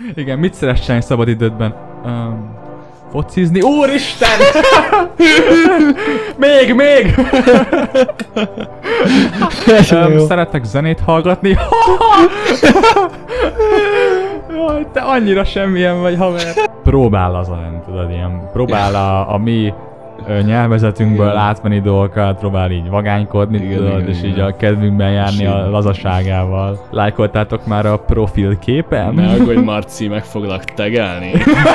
Igen, mit szeretsz csinálni szabad idődben? Focizni? Úristen! még! Szeretek zenét hallgatni? Jaj, te annyira semmilyen vagy, haver. Próbál az olyan, tudod, ilyen. Próbál a mi nyelvezetünkből átmenni dolgokat, próbál így vagánykodni, tudod, és így a kedvünkben járni a lazaságával. Lájkoltátok már a profil képen? Ne aggódj, Marci, meg foglak tegelni.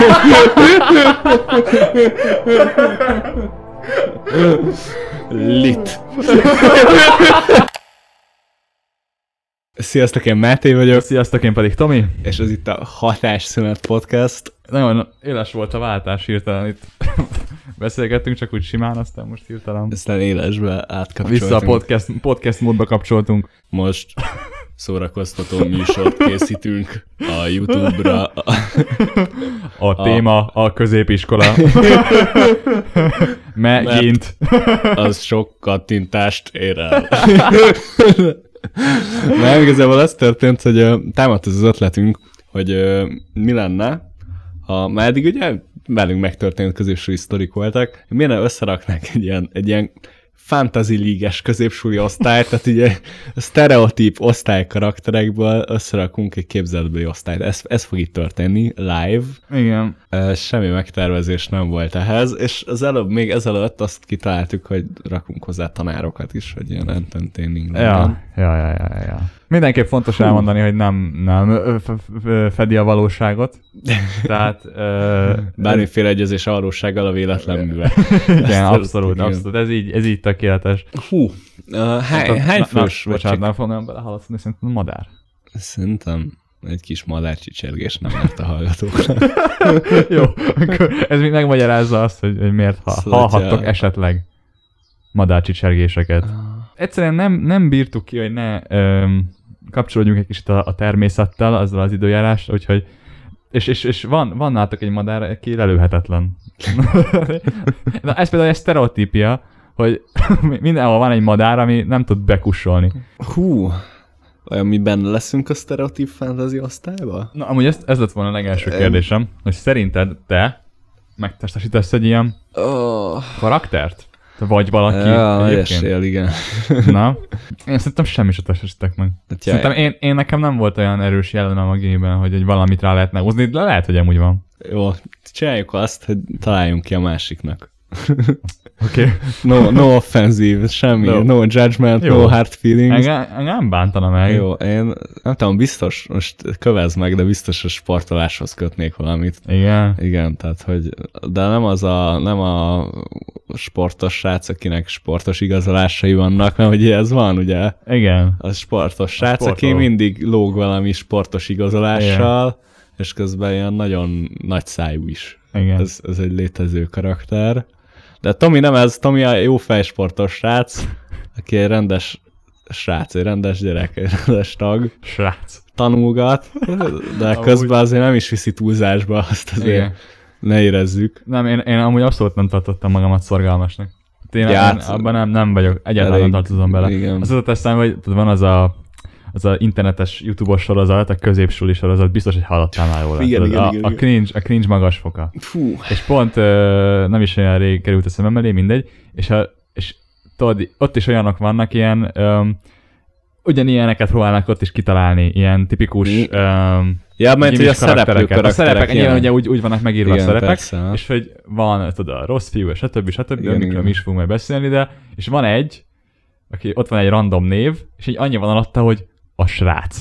Lit. Sziasztok, én Máté vagyok. Sziasztok, én pedig Tomi. És ez itt a Hatásszünet Podcast. Nagyon éles volt a váltás hirtelen itt. Beszélgettünk csak úgy simán, aztán most hirtelen. Aztán élesbe átkapcsoltunk. Vissza a podcast módba kapcsoltunk. Most szórakoztató műsort készítünk a YouTube-ra. A téma a középiskola. Megint. Az sok kattintást ér el. Nem, igazából az történt, hogy támadt az ötletünk, hogy mi lenne, ha már eddig ugye velünk megtörtént középsúlyi sztorik voltak, miért ne összeraknánk egy ilyen fantasy league-es középsúlyi osztályt, tehát ugye sztereotíp osztálykarakterekből összerakunk egy képzeletbeli osztályt. Ez fog itt történni, live. Igen. Semmi megtervezés nem volt ehhez, és az előbb, még ezelőtt azt kitaláltuk, hogy rakunk hozzá tanárokat is, hogy ilyen entertaining legyen. Ja. Mindenképp fontos elmondani, hogy nem fedi a valóságot. Tehát... Bármiféle egyezés a valósággal a véletlen műve. Igen, abszolút. Ez így tökéletes. Hú, hány fős? Bocsánat, nem fogom belehalasztani, szerintem madár. Szerintem egy kis madárcsicsergés nem árt a hallgatóknak. Jó, akkor ez még megmagyarázza azt, hogy miért hallhattok esetleg madárcsicsergéseket. Egyszerűen nem bírtuk ki, hogy ne kapcsolódjunk egy kicsit a természettel, azzal az időjárással, úgyhogy és van nálatok egy madár, aki lelőhetetlen. Na, ez például egy sztereotípia, hogy mindenhol van egy madár, ami nem tud bekussolni. Hú, olyan mi benne leszünk a sztereotíp fantasy osztályba? Na, amúgy ez lett volna a legelső kérdésem, hogy szerinted te megtestesítesz egy ilyen karaktert? Vagy valaki egyébként? Igen. Na, én szerintem semmi se testesítek meg. Szerintem én nekem nem volt olyan erős jelenem a gémben, hogy valamit rá lehetne húzni, de lehet, hogy amúgy van. Jó, csináljuk azt, hogy találjunk ki a másiknak. Oké. No offensive, semmi, no judgment, jó. No hard feelings. Nem bántana meg. Jó, én nem tudom, biztos, most kövezd meg, de biztos a sportoláshoz kötnék valamit. Igen. Igen, tehát hogy, de nem a sportos srác, akinek sportos igazolásai vannak, mert ugye ez van, ugye? Igen. A sportos srác, aki mindig lóg valami sportos igazolással, igen. És közben ilyen nagyon nagy szájú is. Igen. Ez egy létező karakter. De Tomi nem ez, Tomi a jó fejsportos srác, aki egy rendes srác, egy rendes gyerek, egy rendes tag. Srác. Tanulgat, de közben azért nem is viszi túlzásba, azt azért igen. Ne érezzük. Nem, én amúgy abszolút nem tartottam magamat szorgalmasnak. Én abban nem vagyok, egyáltalán nem tartozom bele. Igen. Az jutott eszembe, hogy van az a internetes YouTube-os sorozat, a középsúli sorozat, biztos, hogy hallottál már róla. Igen. A cringe magasfoka. Fú. És pont nem is olyan rég került a szemem elé, mindegy, és tudod, ott is olyanok vannak ilyen, ugyanilyeneket próbálnak ott is kitalálni, ilyen tipikus mert hogy a szereplők a szerepek, nyilván ugye úgy vannak megírva igen, a szerepek, persze. És hogy van, tudod, a rossz fiú, stb. Amikről mi is fogunk majd beszélni, de és van egy, aki ott van egy random név, és így annyi van alatta, hogy a srác.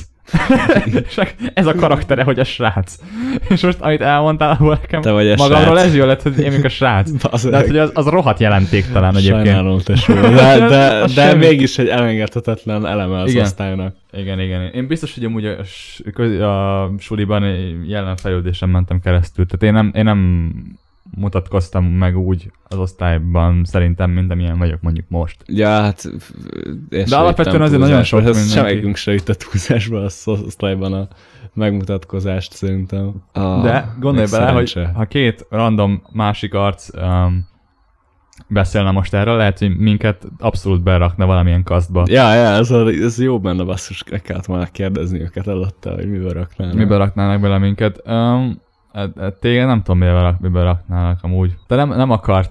És ez a karaktere, hogy a srác. És most, amit elmondtál, abból nekem magamról ez jól lett, hogy én a srác. De hát, hogy az rohadt jelentéktelen egyébként. Sajnálom, tesó. De mégis egy elengedhetetlen eleme az osztálynak. Igen. Én biztos, hogy amúgy a suliban jelen fejlődésen mentem keresztül. Tehát én nem mutatkoztam meg úgy az osztályban szerintem, mint amilyen vagyok mondjuk most. Ja, hát... De alapvetően azért nagyon sok mindenki. Semmelyikünk se jutott túlzásba az osztályban a megmutatkozást szerintem. De gondolj bele, hogy ha két random másik arc beszélne most erről, lehet, hogy minket abszolút berakna valamilyen kasztba. Ja, ez jó benne, basszus, meg kellett volna kérdezni őket előtte, hogy miben raknának. Miben raknának bele minket? Téged nem tudom, miben raknának amúgy. Te nem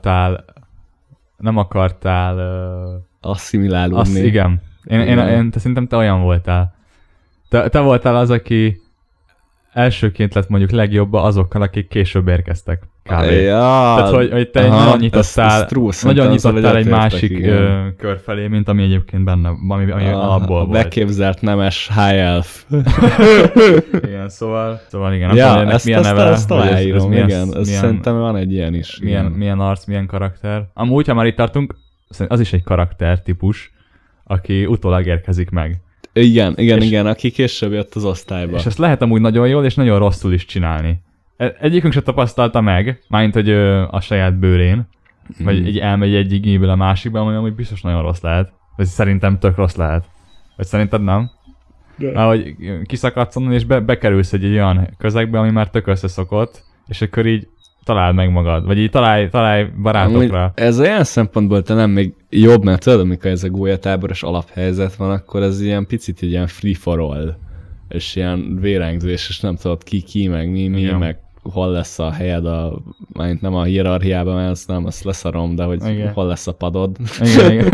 akartál... asszimilálódni. Igen. Te szerintem te olyan voltál. Te voltál az, aki elsőként lett mondjuk legjobb azokkal, akik később érkeztek. Kb. Ja, tehát, hogy te nagyon nyitottál egy másik kör felé, mint ami egyébként benne, ami alapból volt. Beképzelt nemes high elf. Igen, szóval igen, nem tudom, ennek milyen neve. Ezt aláírom, igen. Szerintem van egy ilyen is. Milyen arc, milyen karakter. Amúgy, ha már itt tartunk, az is egy karaktertípus, aki utólag érkezik meg. Igen, aki később jött az osztályba. És ezt lehet amúgy nagyon jól és nagyon rosszul is csinálni. Egyikünk se tapasztalta meg, mármint, hogy a saját bőrén, vagy így elmegy egyik igényből a másikba, ami amúgy biztos nagyon rossz lehet. Vagy szerintem tök rossz lehet. Vagy szerinted nem? Mert hogy kiszakadsz onnan, és bekerülsz egy olyan közegbe, ami már tök összeszokott, és akkor így találd meg magad, vagy így találj barátokra. Ez olyan szempontból talán még jobb, mert tudod, amikor ez a gólyatáboros alaphelyzet van, akkor ez ilyen picit egy ilyen free for all, és ilyen vérengzés, és nem tudod ki, meg mi, meg hol lesz a helyed, nem a hierarchiában, mert azt leszarom, de hogy igen. Hol lesz a padod. Igen.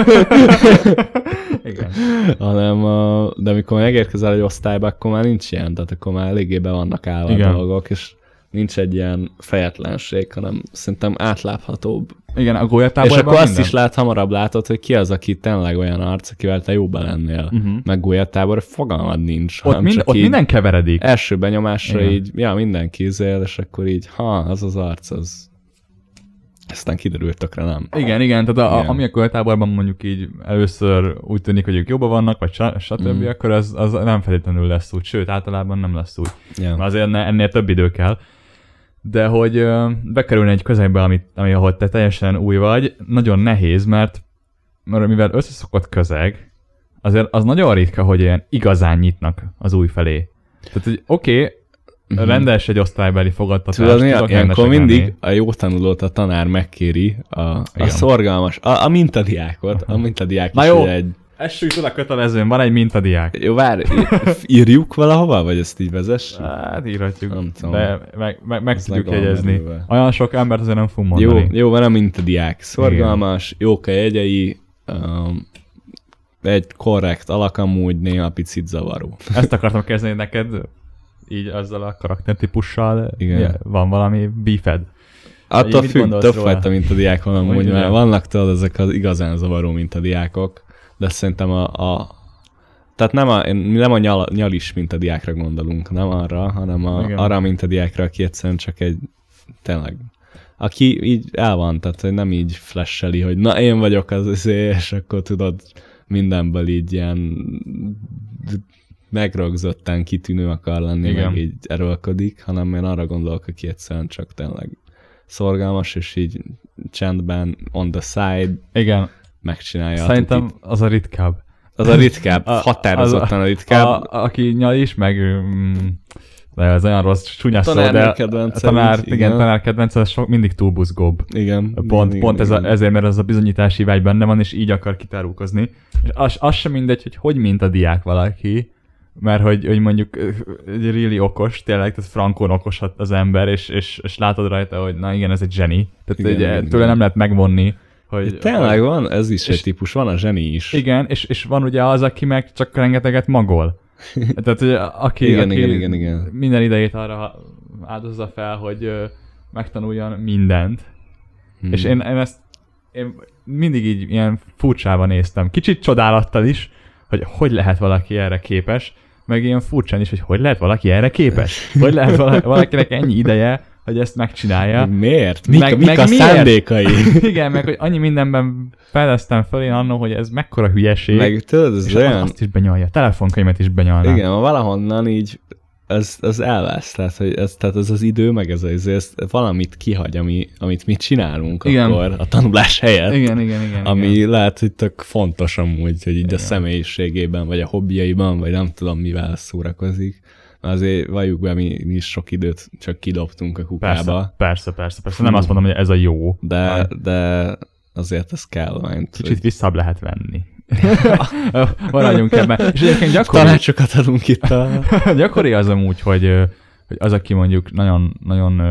De amikor megérkezel egy osztályba, akkor már nincs ilyen, tehát akkor már eléggé be vannak állva a dolgok, és nincs egy ilyen fejetlenség, hanem szerintem átláthatóbb. Igen, a gólyatáborban és akkor azt is hamarabb látod, hogy ki az, aki tényleg olyan arc, akivel te jóba lennél. Meg gólyatábor fogalmad nincs. Ott minden keveredik. Első benyomásra így, mindenki izél, és akkor így, az az arc, az... Aztán kiderült tökre nem. Igen, tehát ami a gólyatáborban mondjuk így először úgy tűnik, hogy ők jobban vannak, vagy stb., akkor az nem feltétlenül lesz úgy, sőt, általában nem lesz úgy. Mert azért ennél több idő kell. De hogy bekerülni egy közegbe, ahol te teljesen új vagy, nagyon nehéz, mert mivel összeszokott közeg, azért az nagyon ritka, hogy ilyen igazán nyitnak az új felé. Tehát, hogy oké, rendes egy osztálybeli fogadtatást. Tudod, ilyenkor mindig a jó tanulót a tanár megkéri a szorgalmas, a mintadiákot. A mintadiák is egy... Essük oda kötelezően, van egy mintadiák. Jó, várj, írjuk valahova, vagy ezt így vezessük? Hát írhatjuk, de meg tudjuk jegyezni. Olyan sok embert azért nem fogunk mondani. Jó, van a mintadiák. Szorgalmas, jók a jegyei, egy korrekt alak amúgy, néha picit zavaró. Ezt akartam kezdeni neked, így azzal a karaktertípussal. Van valami beefed. Attól függ, többfajta mintadiák van amúgy, mert vannak tudod ezek az igazán zavaró mintadiákok. De szerintem tehát nem a nyalis mintadiákra gondolunk, nem arra, hanem arra a mintadiákra, aki egyszerűen csak egy, tényleg, aki így el van, tehát hogy nem így flasheli, hogy na én vagyok az, és akkor tudod, mindenből így ilyen megrögzötten kitűnő akar lenni, meg így erőlködik, hanem én arra gondolok, aki egyszerűen csak tényleg szorgalmas, és így csendben on the side. Igen. Megcsinálja. Szerintem az a ritkább. Az a ritkább, határozottan a ritkább. Aki nyalis, meg de ez olyan rossz, csúnyás szó, de tanár kedvence, mindig túl buzgóbb. Igen. Pont ezért, mert ez a bizonyítási vágy benne van, és így akar kitárulkozni. És az sem mindegy, hogy mint a diák valaki, mert hogy mondjuk really okos, tényleg, tehát frankon okos az ember, és látod rajta, hogy na igen, ez egy zseni. Tehát tőle nem lehet megvonni. Tényleg van, ez is egy típus, van a zseni is. Igen, és van ugye az, aki meg csak rengeteget magol. Tehát aki igen. minden idejét arra áldozza fel, hogy megtanuljon mindent. És én mindig így ilyen furcsában néztem. Kicsit csodálattal is, hogy lehet valaki erre képes, meg ilyen furcsán is, hogy lehet valaki erre képes. Hogy lehet valakinek ennyi ideje, hogy ezt megcsinálja. Miért? Mik a szándékai? Igen, meg hogy annyi mindenben fedeztem föl én annól, hogy ez mekkora hülyeség. Meg tudod, ez olyan... Azt is benyalja, telefonkönyvet is benyalná. Igen, valahonnan így ez elvesz, tehát ez az idő, meg ez valamit kihagy, amit mi csinálunk akkor a tanulás helyett. Igen. Ami lehet, hogy tök fontos amúgy, hogy így a személyiségében, vagy a hobbiaiban, vagy nem tudom mivel szórakozik. Azért valljuk be, mi is sok időt csak kidobtunk a kukába. Persze. Nem azt mondom, hogy ez a jó. De azért ez kell. Kicsit visszább lehet venni. Maradjunk ebben. És egyébként gyakori... Tanácsokat adunk itt gyakori az amúgy, hogy az, aki mondjuk nagyon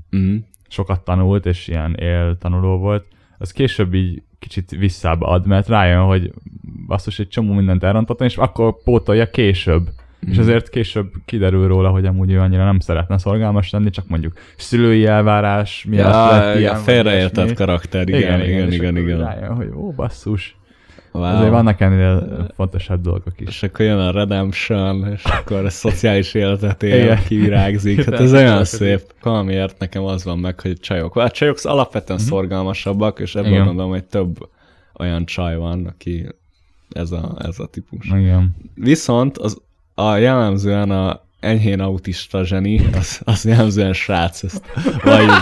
sokat tanult, és ilyen éltanuló volt, az később így kicsit visszább ad, mert rájön, hogy basszus, egy csomó mindent elrontottam, és akkor pótolja később. És azért később kiderül róla, hogy amúgy ő annyira nem szeretne szorgalmas lenni, csak mondjuk szülői elvárás miatt lett ilyen. Félreértett karakter, igen. Rájön, hogy basszus. Wow. Azért vannak ennél fontosabb dolgok is. És akkor jön a redemption, és akkor a szociális életet él, kivirágzik. Hát ez olyan szép. Valamiért nekem az van meg, hogy csajok. A csajok alapvetően szorgalmasabbak, és ebből gondolom, hogy több olyan csaj van, aki ez a típus. Igen. Viszont a jellemzően a enyhén autista zseni, az jellemzően srác, ezt valljuk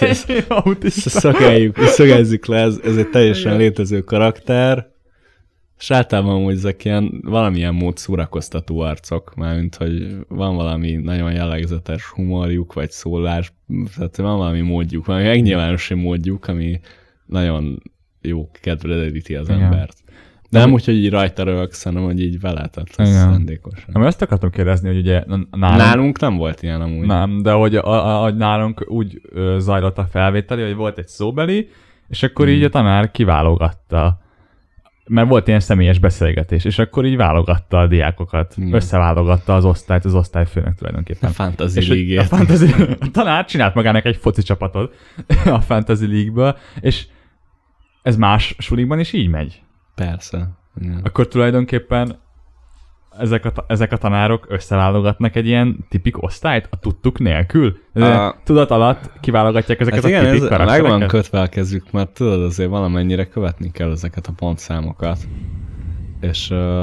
be. Szögezzük le, ez egy teljesen létező karakter, és általában amúgy ezek ilyen valamilyen mód szórakoztató arcok, mármint, hogy van valami nagyon jellegzetes humorjuk, vagy szólás, tehát van valami módjuk, valami megnyilvános módjuk, ami nagyon jó kedvre dedíti az embert. De nem úgy, hogy így rajta rögsz, hanem hogy így vele, tehát ez szándékosan. Ami azt akartam kérdezni, hogy ugye nálunk nem volt ilyen amúgy. Nem, de hogy nálunk úgy zajlott a felvételi, hogy volt egy szóbeli, és akkor így a tanár kiválogatta. Mert volt ilyen személyes beszélgetés, és akkor így válogatta a diákokat, összeválogatta az osztályt, az osztályfőnök tulajdonképpen. A Fantasy League-ét. A tanár csinált magának egy foci csapatot a Fantasy League-ből, és ez más sulikban is így megy. Persze. Igen. Akkor tulajdonképpen ezek a tanárok összeválogatnak egy ilyen tipik osztályt a tudtuk nélkül? Tudat alatt kiválogatják ezeket hát a tipik karaktereket? Meg van kötve a kezük, mert tudod, azért valamennyire követni kell ezeket a pontszámokat. És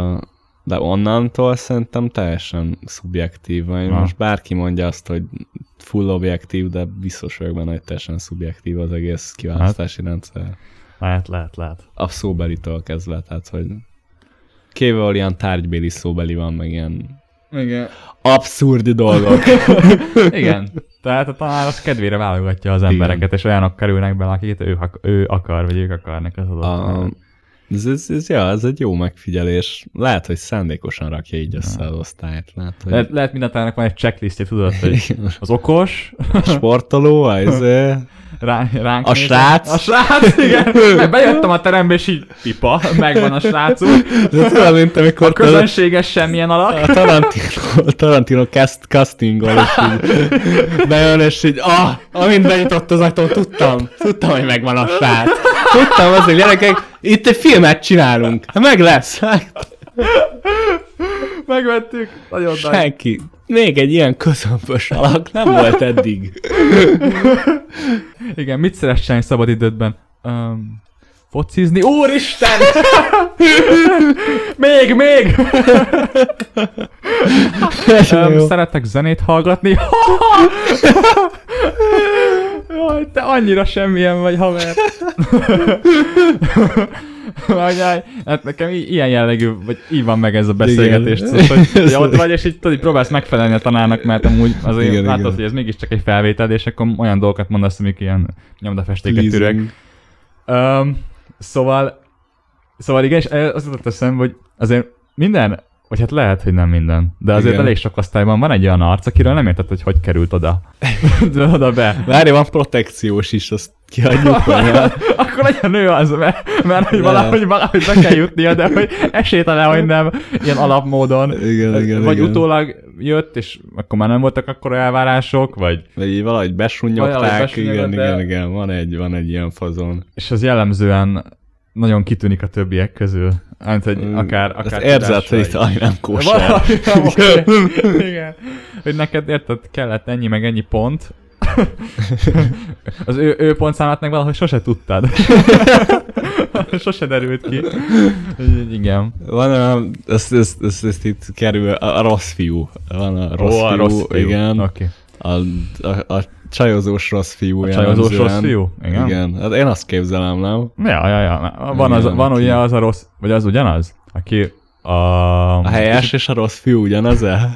de onnantól szerintem teljesen szubjektív. Most bárki mondja azt, hogy full objektív, de biztos vagyok benne, hogy teljesen szubjektív az egész kiválasztási rendszer. Lehet. A szóbelitől kezdve, tehát, hogy kével ilyen tárgybéli szóbeli van, meg ilyen abszurdi dolgok. Igen. Tehát a tanár az kedvére válogatja az embereket, és olyanok kerülnek bele, akit ő akar, vagy ők akarnak az adott. Ez egy jó megfigyelés. Lehet, hogy szándékosan rakja így össze az osztályt. Lehet minden tanárnak van egy checklistje, tudod, hogy az okos, a sportoló, ránk a srác, igen. Mert bejöttem a terembe, és így pipa, megvan a srácunk. A közönséges semmilyen alak. A Tarantino castingol, és így bejön, és így, amint benyitott az ajtón, tudtam, hogy megvan a srác. Tudtam azért, gyerekek, itt egy filmet csinálunk. Meg lesz. Megvettük. Nagyon senki. Még egy ilyen közömbös alak nem volt eddig. Igen, mit szeretsz csinálni szabadidődben? Focizni? Úristen! még! Szeretek zenét hallgatni? Jaj, te annyira semmilyen vagy, haver. Hát nekem ilyen jellegű, vagy így van meg ez a beszélgetés, hogy ott vagy, és így tudod, próbálsz megfelelni a tanárnak, mert amúgy azért látod, hogy ez mégiscsak egy felvétel, és akkor olyan dolgokat mondasz, amik ilyen nyomdafestéket tűrök. Szóval igen, és azt jutott eszembe, hogy azért minden, vagy hát lehet, hogy nem minden, de azért elég sok osztályban van egy olyan arc, akiről nem érted, hogy hogy került oda be. Várj, van protekciós is, azt kihagyjuk volna. Akkor legyen ő az, mert hogy valahogy be kell jutnia, de hogy esélytelen, hogy nem ilyen alapmódon. Igen, vagy utólag jött, és akkor már nem voltak akkora elvárások, vagy így valahogy besúnyogták, igen, van egy ilyen fazon. És az jellemzően nagyon kitűnik a többiek közül. Hát, hogy akár érzed, hogy itt nem kóser. Igen. Hogy neked érted, kellett ennyi meg ennyi pont. Az ő pontszámát meg valahogy sose tudtad. Sose derült ki. Igen. Van ezt itt kerül a rossz fiú. Van a rossz fiú, igen. Okay. A csajozós rossz fiú. A csajozós rossz fiú? Igen. Hát én azt képzelem, nem? Ja. Van ugye az a rossz, vagy az ugyanaz? Aki a helyes és a rossz fiú ugyanaz-e?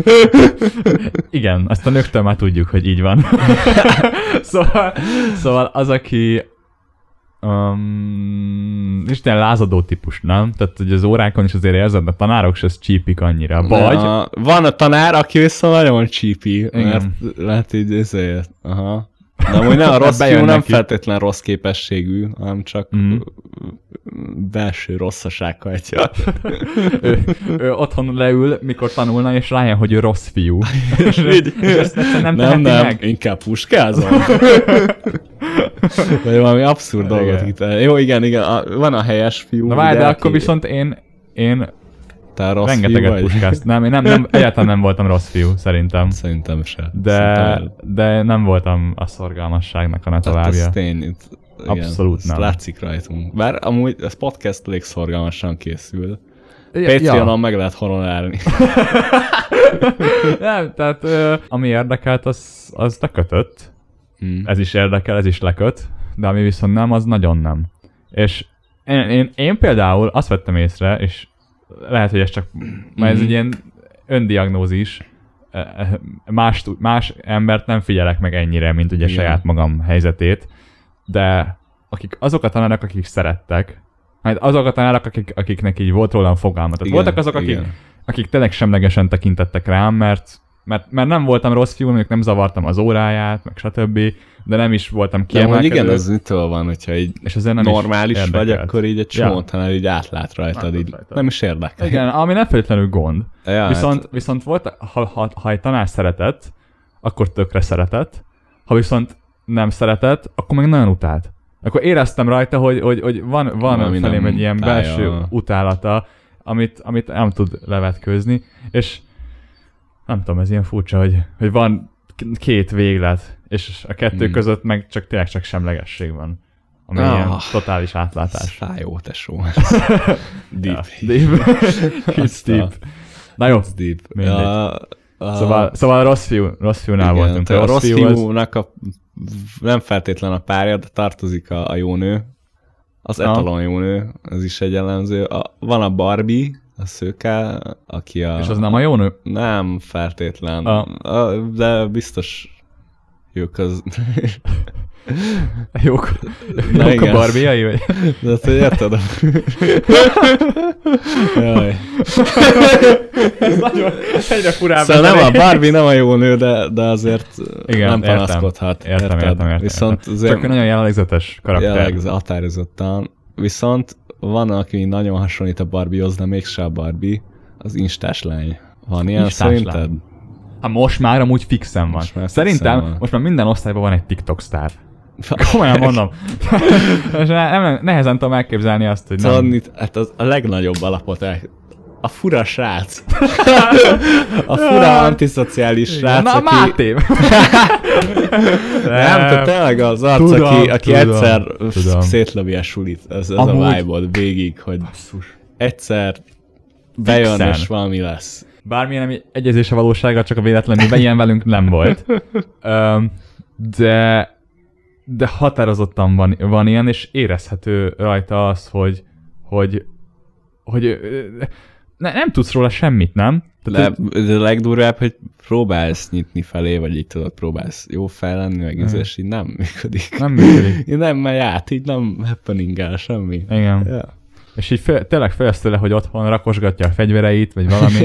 Igen, azt a nőktől már tudjuk, hogy így van. Szóval az, aki és ilyen lázadó típus, nem? Tehát, hogy az órákon is azért érzed, a tanárok se csípik annyira. Vagy... Van a tanár, aki viszont nagyon csípi, mert így ezért, aha. De amúgy nem a rossz fiú nem feltétlen rossz képességű, hanem csak belső rosszaság hajtja. ő otthon leül, mikor tanulna, és rájön, hogy ő rossz fiú. és ezt nem teheti meg. Inkább puskázom. Vagy valami abszurd dolgot itt. Jó, igen, van a helyes fiú. Na várj, de akkor viszont én rengeteget puskáztam. Nem, egyáltalán nem voltam rossz fiú, szerintem. Szerintem se. De nem voltam a szorgalmasságnak a ne továbbja. Ez tény. Abszolút nem. Látszik rajtunk. Bár amúgy ez podcast elég szorgalmasan készül. Patreonon meg lehet honorálni. Nem, tehát ami érdekelt, az lekötött. Ez is érdekel, ez is leköt. De ami viszont nem, az nagyon nem. És én például azt vettem észre, és lehet, hogy ez csak, mert ez egy ilyen öndiagnózis, más embert nem figyelek meg ennyire, mint ugye saját magam helyzetét, de azok a tanárok, akik szerettek, hát azok a tanárok, akiknek így volt rólam fogalma. Tehát voltak azok, akik tényleg semlegesen tekintettek rám, mert nem voltam rossz fiú, mondjuk nem zavartam az óráját, meg stb., de nem is voltam kiemelkedő. De igen, az mitől van, hogyha így normális vagy, akkor így egy csomó tanár így átlát rajtad, így nem is érdekel. Igen, ami nem feltétlenül gond. Ja, viszont volt, ha egy tanár szeretett, akkor tökre szeretett, ha viszont nem szeretett, akkor meg nagyon utált. Akkor éreztem rajta, hogy van felém egy ilyen belső utálata, amit nem tud levetkőzni, és nem tudom, ez ilyen furcsa, hogy van két véglet, és a kettő között meg tényleg csak semlegesség van. Ami ilyen totális átlátás. Fájó, tesó. Deep. It's deep. Na jó, deep. Szóval rossz fiúnál voltunk. A rossz fiúnak nem feltétlen a párja, de tartozik a jó nő. Az etalon jó nő, ez is egy jellemző. Van a Barbie, a szőke, aki És az nem a jó nő? Nem feltétlen. De biztos jók az... Jók a Barbie-jai, vagy? De azt érted? Jaj. Ez nagyon egyre furább. Szóval nem a Barbie nem a jó nő, de azért igen, nem panaszkodhat. Értem. Viszont csak nagyon jellegzetes karakter. Határozottan. Viszont van, aki nagyon hasonlít a Barbiehoz, de mégse a Barbie, az instás lány. Van ilyen szerinted? Hát most már amúgy fixen van. Szerintem most már minden osztályban van egy TikTok sztár. Komolyan mondom. Nehezen tudom elképzelni azt, hogy nem. Hát a legnagyobb alapot a fura srác. A fura antiszociális srác, na, aki... Máté! Nem, te tényleg az arc, aki egyszer szétlövi a sulit. Ez a vibe-od végig, hogy egyszer bejön és valami lesz. Bármilyen egyezés a valósága, csak a véletlenül ilyen velünk nem volt. De határozottan van ilyen, és érezhető rajta az, hogy nem tudsz róla semmit, nem? De a legdurvább, hogy próbálsz nyitni felé, vagy így tudod, próbálsz jó fel lenni, meg és így nem működik. Nem működik. Így nem megy át, így nem happening-el semmi. Igen. Ja. És így tényleg félsz tőle, hogy otthon rakosgatja a fegyvereit, vagy valami.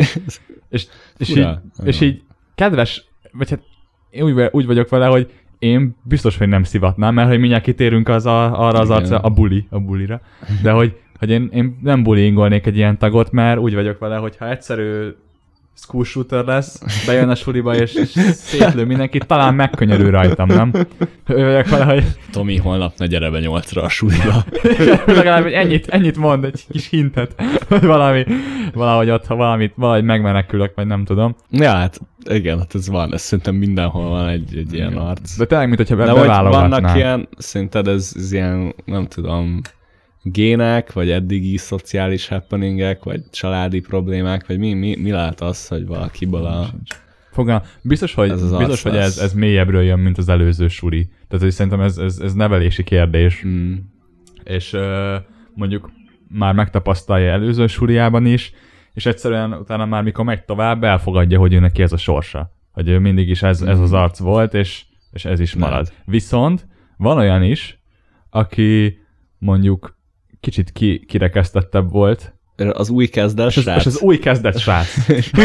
és így kedves, vagy hát én úgy vagyok vele, hogy én biztos, hogy nem szivatnám, mert hogy mindjárt kitérünk arra az arcra, a bulira, de hogy én nem bullyingolnék egy ilyen tagot, mert úgy vagyok vele, hogy ha egyszerű school shooter lesz, bejön a suliba és szétlő mindenkit, talán megkönnyörül rajtam, nem? Úgy vagyok vele, hogy... Tomi, holnap ne gyere be 8-ra a suliba. Legalább ennyit mond, egy kis hintet, hogy valahogy ott, ha valahogy megmenekülök, vagy nem tudom. Ja, hát igen, hát ez van, ez szerintem mindenhol van egy ilyen arc. De tényleg, mint hogyha beválogatnál. Vannak ilyen, szerinted ez ilyen, nem tudom, gének, vagy eddigi szociális happeningek, vagy családi problémák, vagy mi lehet az, hogy valakiből a... Biztos, hogy ez mélyebbről jön, mint az előző suli. Tehát hogy szerintem ez nevelési kérdés. És mondjuk már megtapasztalja előző suliában is, és egyszerűen utána már mikor megy tovább, elfogadja, hogy ő neki ez a sorsa. Hogy ő mindig is ez az arc volt, és ez is marad. Viszont van olyan is, aki mondjuk kicsit kirekesztettebb volt. Az új kezdet srác. És az új kezdet srác.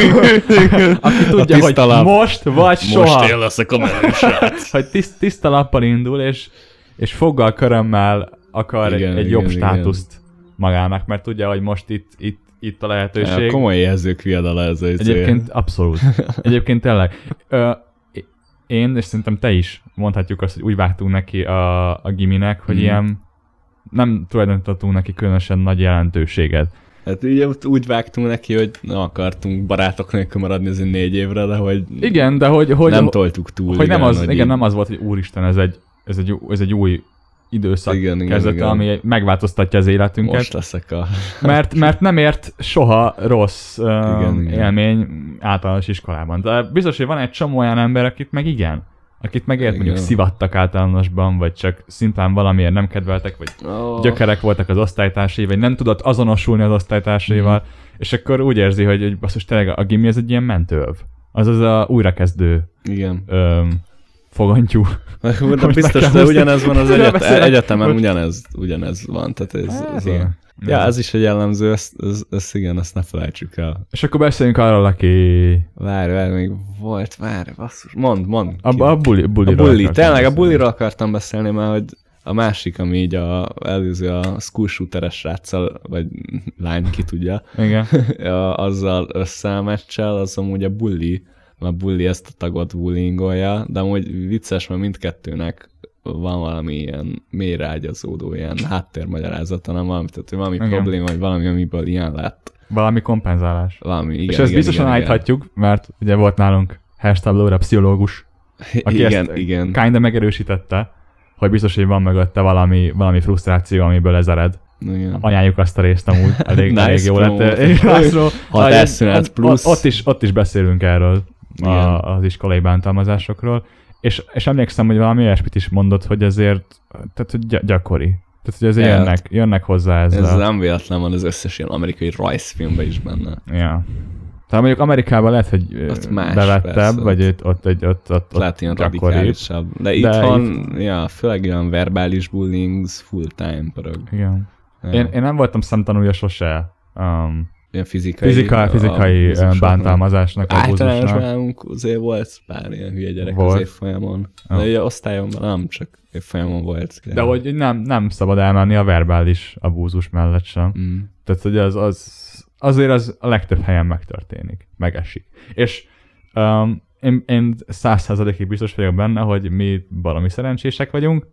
Aki tudja, hogy most vagy soha. Most én leszek a menő srác. Hogy tiszta lappal indul, és foggal körömmel akar egy jobb státuszt magának, mert tudja, hogy most itt a lehetőség. Ja, komoly érzők viadala ez a Egyébként abszolút. Egyébként tényleg. Én, és szerintem te is mondhatjuk azt, hogy úgy vágtunk neki a giminek, hogy ilyen nem tulajdonítottunk neki különösen nagy jelentőséget. Hát ugye úgy vágtunk neki, hogy nem akartunk barátok nélkül maradni azért 4 évre, de hogy... Igen, de hogy nem toltuk túl. Hogy nem az volt, hogy úristen, ez egy új időszak kezdete, ami megváltoztatja az életünket. Most leszek mert nem ért soha rossz élmény általános iskolában. De biztos, hogy van egy csomó olyan ember, akit meg ért, mondjuk szivattak általánosban, vagy csak szimplán valamiért nem kedveltek, vagy gyökerek voltak az osztálytársai, vagy nem tudott azonosulni az osztálytársaival, és akkor úgy érzi, hogy basszus, tényleg a gimi ez egy ilyen mentőöv. Azaz a újrakezdő fogantyú. De biztos, de ugyanez van az egyetemen, ugyanez van. Tehát ez is egy jellemző, ezt ne felejtsük el. És akkor beszéljünk arról, aki... Várj, még volt, basszus. Mondd. A bully. Tényleg a bullyról akartam beszélni, mert hogy a másik, ami így előző a school shooteres sráccal, vagy lány, ki tudja, igen. azzal összemeccsel, az amúgy a bully, mert a bully ezt a tagot bullyingolja, de amúgy vicces, mert mindkettőnek van valami ilyen mélyreágyazódó ilyen háttérmagyarázata, nem valami, tehát valami probléma, vagy valami, amiből ilyen lett. Valami kompenzálás. Valami, igen. És ezt biztosan állíthatjuk, mert ugye volt nálunk Herstablóra pszichológus, aki ezt kinda megerősítette, hogy biztos, hogy van mögötte valami frusztráció, amiből ez ered. Igen. Anyáljuk azt a részt amúgy, elég jó lett. Ha teszünet plusz. Ott is beszélünk erről, az iskolai bántalmazásokról. És emlékszem, hogy valami olyasmit is mondott, hogy ezért, tehát hogy gyakori. Tehát, hogy azért jönnek hozzá ezzel. Ez nem véletlen van az összes ilyen amerikai rajzfilmben is benne. Ja. Tehát mondjuk Amerikában lehet, hogy bevettebb, vagy ott lehet ilyen radikálisabb. De itthon, főleg olyan verbális bullying, full time pörög. Igen. Ja. Én nem voltam szemtanúja sose. Ilyen fizikai bántalmazásnak, általános nálunk azért volt pár ilyen hülye gyerek az évfolyamon. De ugye osztályomban nem, csak évfolyamon volt. De hogy nem szabad elmenni a verbális abúzus mellett sem. Tehát, hogy azért az a legtöbb helyen megtörténik, megesik. És én 100%-ig biztos vagyok benne, hogy mi valami szerencsések vagyunk,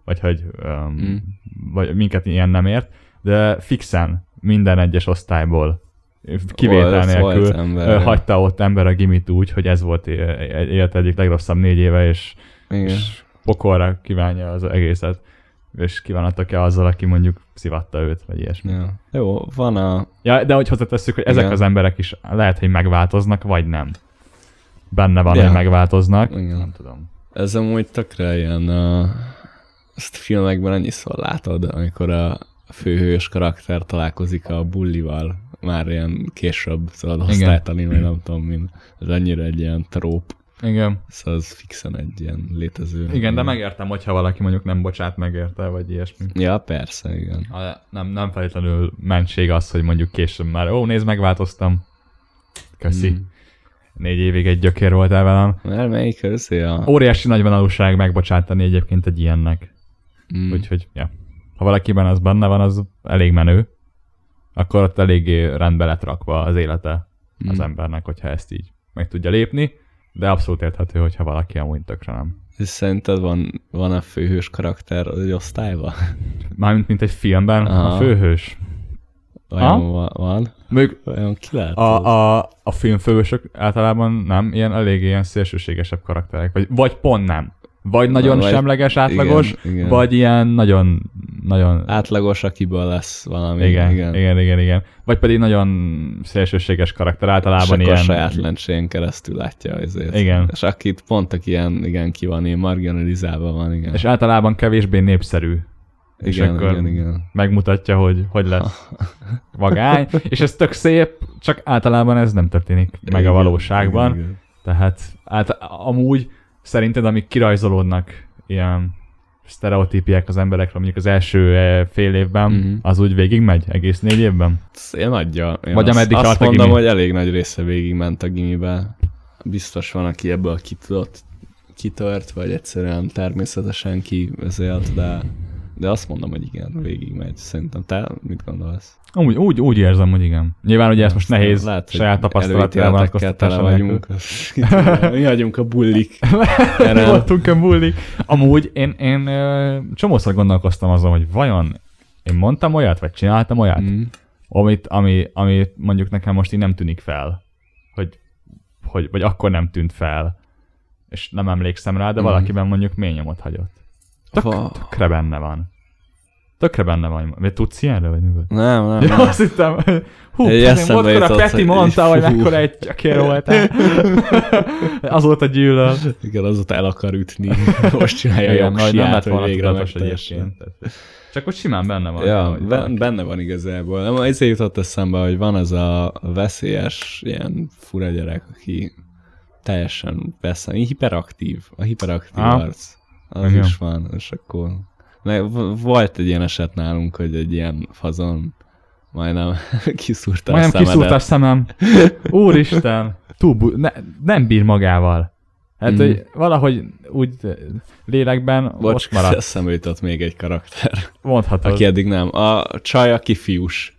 vagy minket ilyen nem ért, de fixen minden egyes osztályból kivétel nélkül hagyta ott ember a gimit úgy, hogy ez volt élet egyik legrosszabb 4 éve, és pokolra kívánja az egészet. És kívánhatok-e azzal, aki mondjuk szivatta őt, vagy ilyesmi. Ja. Jó, van a... Ja, de hogy hozzátesszük, hogy ezek az emberek is lehet, hogy megváltoznak, vagy nem. Benne van, hogy megváltoznak. Igen. Nem tudom. Ez amúgy tökre ilyen... Ezt a filmekben annyiszor látod, amikor a főhős karakter találkozik a bullival. Már ilyen később, szóval osztálytani, vagy nem tudom min. Ez annyira egy ilyen tróp. Igen. Szóval az fixen egy ilyen létező. Igen, de megértem, hogyha valaki mondjuk nem bocsát meg érte, vagy ilyesmi. Ja, persze, igen. Nem feltétlenül mentség az, hogy mondjuk később már, nézd, megváltoztam. Köszi. 4 évig egy gyökér voltál velem. Mert melyik köszi? Óriási nagyvonalúság megbocsátani egyébként egy ilyennek. Úgyhogy, ha valakiben az benne van, az elég menő. Akkor ott eléggé rendbe lett rakva az élete az embernek, hogyha ezt így meg tudja lépni. De abszolút érthető, hogyha valaki amúgy tökre nem. És szerinted van a főhős karakter egy osztályban? Mármint mint egy filmben a főhős. Van. Olyan ki lehet? A filmfőhősök általában nem, eléggé ilyen szélsőségesebb karakterek. Vagy pont nem. Vagy nagyon semleges, átlagos, igen. Vagy ilyen nagyon átlagos, akiből lesz valami. Igen. Vagy pedig nagyon szélsőséges karakter, általában ilyen... És a saját lencséjén keresztül látja azért. Igen. És akit pont ilyen ki van, ilyen marginalizálva van, igen. És általában kevésbé népszerű. És akkor megmutatja, hogy lesz vagány. És ez tök szép, csak általában ez nem történik meg a valóságban. Igen. Tehát amúgy szerinted, amik kirajzolódnak ilyen sztereotípiák az emberekről mondjuk az első fél évben, az úgy végigmegy egész 4 évben? Én nagyja. Vagy ameddig azt tart a mondom, gimi? hogy elég nagy része végigment a gimibe. Biztos van, aki ebből kitört, vagy egyszerűen természetesen kivezélt, de azt mondom, hogy igen, végigmegy. Szerintem te mit gondolsz? Úgy érzem, hogy igen. Nyilván ugye ezt most nehéz lehet, saját tapasztalattal vonatkoztatásra vagyunk. Mi vagyunk a bullik. Voltunk a bullik. Amúgy én csomószor gondolkoztam azon, hogy vajon én mondtam olyat, vagy csináltam olyat, ami mondjuk nekem most így nem tűnik fel. Vagy akkor nem tűnt fel. És nem emlékszem rá, de valakiben mondjuk mély nyomot hagyott. Tökre benne van. Vagy tudsz ilyenre, vagy mi volt? Nem. Ja, azt hittem, múltkor a Peti mondta, hogy mekkora egy gyakér voltál. Azóta gyűlöl. Igen, azóta el akar ütni. Most csinálja a jogsiját, hogy végre megtessen. Csak hogy simán benne van. Ja, benne van igazából. Nem, ezért jutott eszembe, hogy van ez a veszélyes, ilyen fura gyerek, aki teljesen hiperaktív. A hiperaktív arc. Az is van, és akkor... Volt egy ilyen eset nálunk, hogy egy ilyen fazon majdnem kiszúrta a szemedet. Majdnem kiszúrta a szemem. Úristen! Nem bír magával. Hát, hogy valahogy úgy lélekben Bocs, ott maradt. eszembe jutott még egy karakter. Mondhatod. Aki eddig nem. A csaj, aki fiús.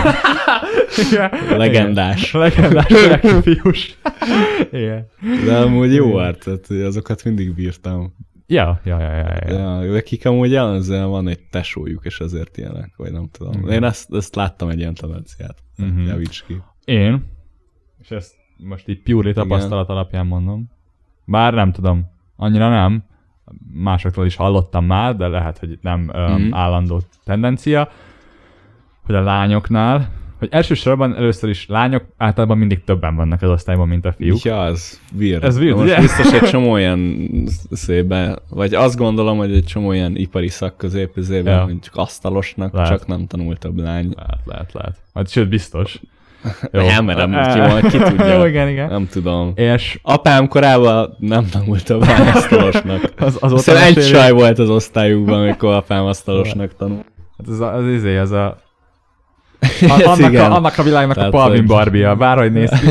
Legendás. Legendás csaj, aki fiús. Igen. De amúgy jó árt, tehát azokat mindig bírtam. Ja. Nekik amúgy jellemzően van egy tesójuk, és azért ilyenek, vagy nem tudom. Én ezt láttam egy ilyen tendenciát. Javíts ki. Én, és ezt most így purely tapasztalat alapján mondom, bár nem tudom, annyira nem, másoktól is hallottam már, de lehet, hogy itt nem állandó tendencia, hogy a lányoknál, hogy elsősorban először is lányok általában mindig többen vannak az osztályban, mint a fiúk. Ja, ez weird. Ez weird, ugye? Biztos egy csomó ilyen szépen, vagy azt gondolom, hogy egy csomó ilyen ipari szakközépizében, hogy csak asztalosnak, lehet. Csak nem tanult több lány. Lehet. Hát, sőt, biztos. Nem merem, ki tudja. Jó, igen. Nem tudom. És apám korában nem tanult több lány asztalosnak. Azóta egy csaj volt az osztályukban, amikor apám asztalosnak tanult. Hát ez a annak a világnak tehát a Palvin Barbie-a, bárhogy néz ki.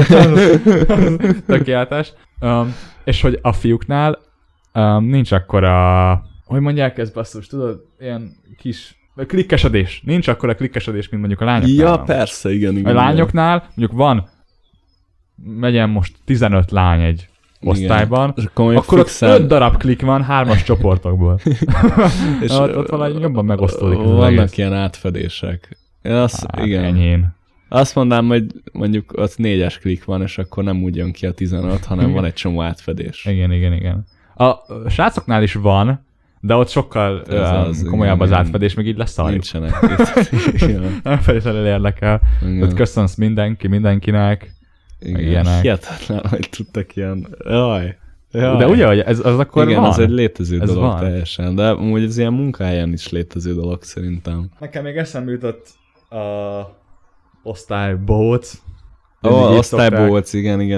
Tökéletes. És hogy a fiúknál nincs akkora, hogy mondják ezt basszus, tudod, ilyen kis klikkesedés. Nincs akkora klikkesedés, mint mondjuk a lányoknál. Ja, persze, igen. A lányoknál mondjuk van, megyen most 15 lány egy osztályban, akkor ott 5 darab klik van 3-as csoportokból. És ott valahogy jobban megosztódik. Vannak ilyen átfedések. Igen. Enyhén. Azt mondanám, hogy mondjuk ott 4-es klik van, és akkor nem úgy jön ki a 15, hanem van egy csomó átfedés. Igen. A srácoknál is van, de ott sokkal komolyabb az átfedés, meg így leszarjuk. Nincsenek. Nem feltétlenül érdekel. Köszönsz mindenkinek. Igen. Hihetetlen, hogy tudtak ilyen. Jaj. De ugye, hogy ez az akkor igen, van? Ez egy létező ez dolog van. Teljesen, de amúgy ez ilyen munkahelyen is létező dolog szerintem. Nekem még eszembe jutott a osztálybohóc. Osztálybohóc,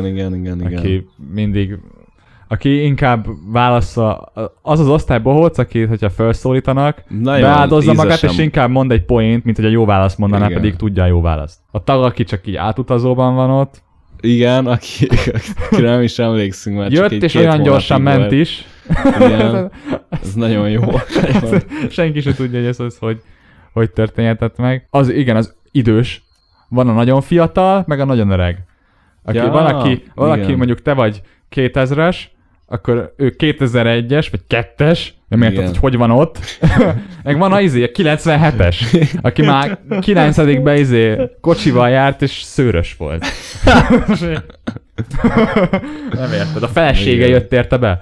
igen. Aki inkább válassza, az osztálybohóc, akit, hogyha felszólítanak, beáldozza magát, és inkább mond egy poént, mint hogy a jó választ mondaná, pedig tudja a jó választ. A tag, aki csak így átutazóban van ott. Igen, aki nem is emlékszünk már. Jött, és olyan gyorsan ment is. Igen, ez nagyon jó. Senki sem tudja, hogy ez hogy történhetett meg. Az igen, az idős. Van a nagyon fiatal, meg a nagyon öreg. Valaki mondjuk te vagy 2000-es, akkor ő 2001-es, vagy 2-es, nem érted, hogy van ott. Meg van a 97-es, aki már 9-be kocsival járt, és szőrös volt. Nem érted, a felesége jött érte be.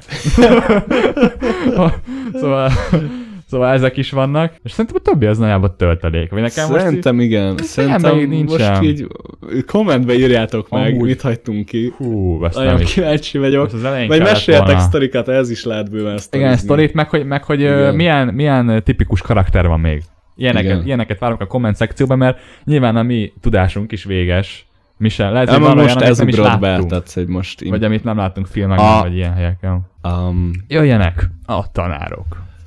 Szóval ezek is vannak, és szerintem a többi az nagyjából töltelék. Szerintem most igen. Szerintem most így kommentbe írjátok meg, mit hagytunk ki. Nagyon kíváncsi vagyok. Vagy meséljetek sztorikat, ez is lehet bőven sztorizni. Igen, sztorit, meg hogy milyen tipikus karakter van még. Ilyeneket várunk a komment szekcióban, mert nyilván a mi tudásunk is véges. Mi sem. Lehet, hogy van olyan, amit nem is láttunk. Vagy amit nem láttunk filmekben, vagy ilyen helyeken. Jöjjenek a tanárok.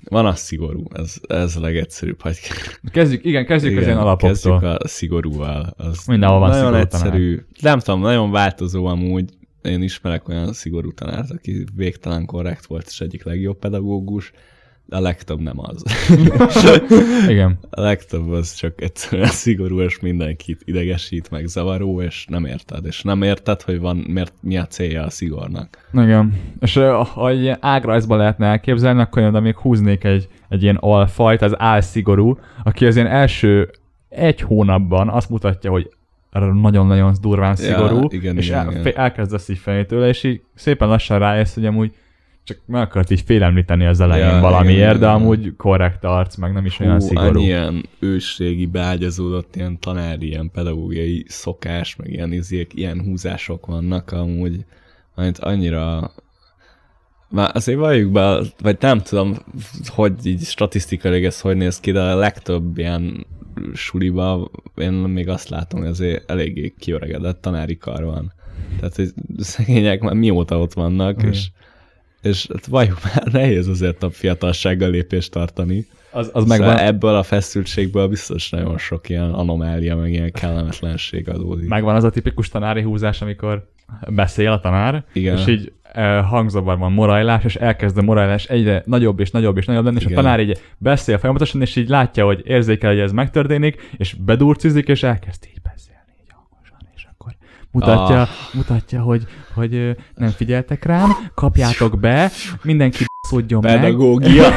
Van a szigorú, ez a legegyszerűbb. Kezdjük az ilyen alapoktól. Kezdjük a szigorúval. Az mindenhol van nagyon szigorú egyszerű. tanár. Nem tudom, nagyon változó amúgy. Én ismerek olyan szigorú tanárt, aki végtelen korrekt volt, és egyik legjobb pedagógus, de a legtöbb nem az. Igen. A legtöbb az csak egyszerűen szigorú, és mindenkit idegesít, meg zavaró, és nem érted. És nem érted, hogy mi a célja a szigornak. Igen. És ha egy ilyen ágrajzban lehetne elképzelni, akkor én oda még húznék egy ilyen alfajt, az álszigorú, aki az ilyen első 1 hónapban azt mutatja, hogy nagyon-nagyon durván szigorú, ja, igen, és igen. elkezdesz így fejni tőle, és így szépen lassan rájössz, hogy amúgy csak meg akart így félemlíteni az elején valamiért, igen, de amúgy korrekt arc, meg nem is olyan szigorú. Annyi ilyen ősrégi beágyazódott ilyen tanári, ilyen pedagógiai szokás, meg ilyen húzások vannak amúgy, amit annyira... Már azért valljuk be, vagy nem tudom, hogy így statisztikailag ez hogy néz ki, de a legtöbb ilyen suliba én még azt látom, hogy azért eléggé kiöregedett tanári kar van. Tehát, hogy szegények már mióta ott vannak, és hát valljuk már nehéz azért a fiatalsággal lépést tartani. Az megvan. Ebből a feszültségből biztos nagyon sok ilyen anomália, meg ilyen kellemetlenség adódik. Megvan az a tipikus tanári húzás, amikor beszél a tanár, igen. És így hangzavarban morajlás, és elkezd a morajlás egyre nagyobb és nagyobb és nagyobb lenni, és igen. A tanár így beszél folyamatosan, és így látja, hogy érzékel, hogy ez megtörténik, és bedurcizik, és elkezd így beszélni, így hangosan, és akkor mutatja, hogy nem figyeltek rám, kapjátok be, mindenki szódjon meg. Pedagógia.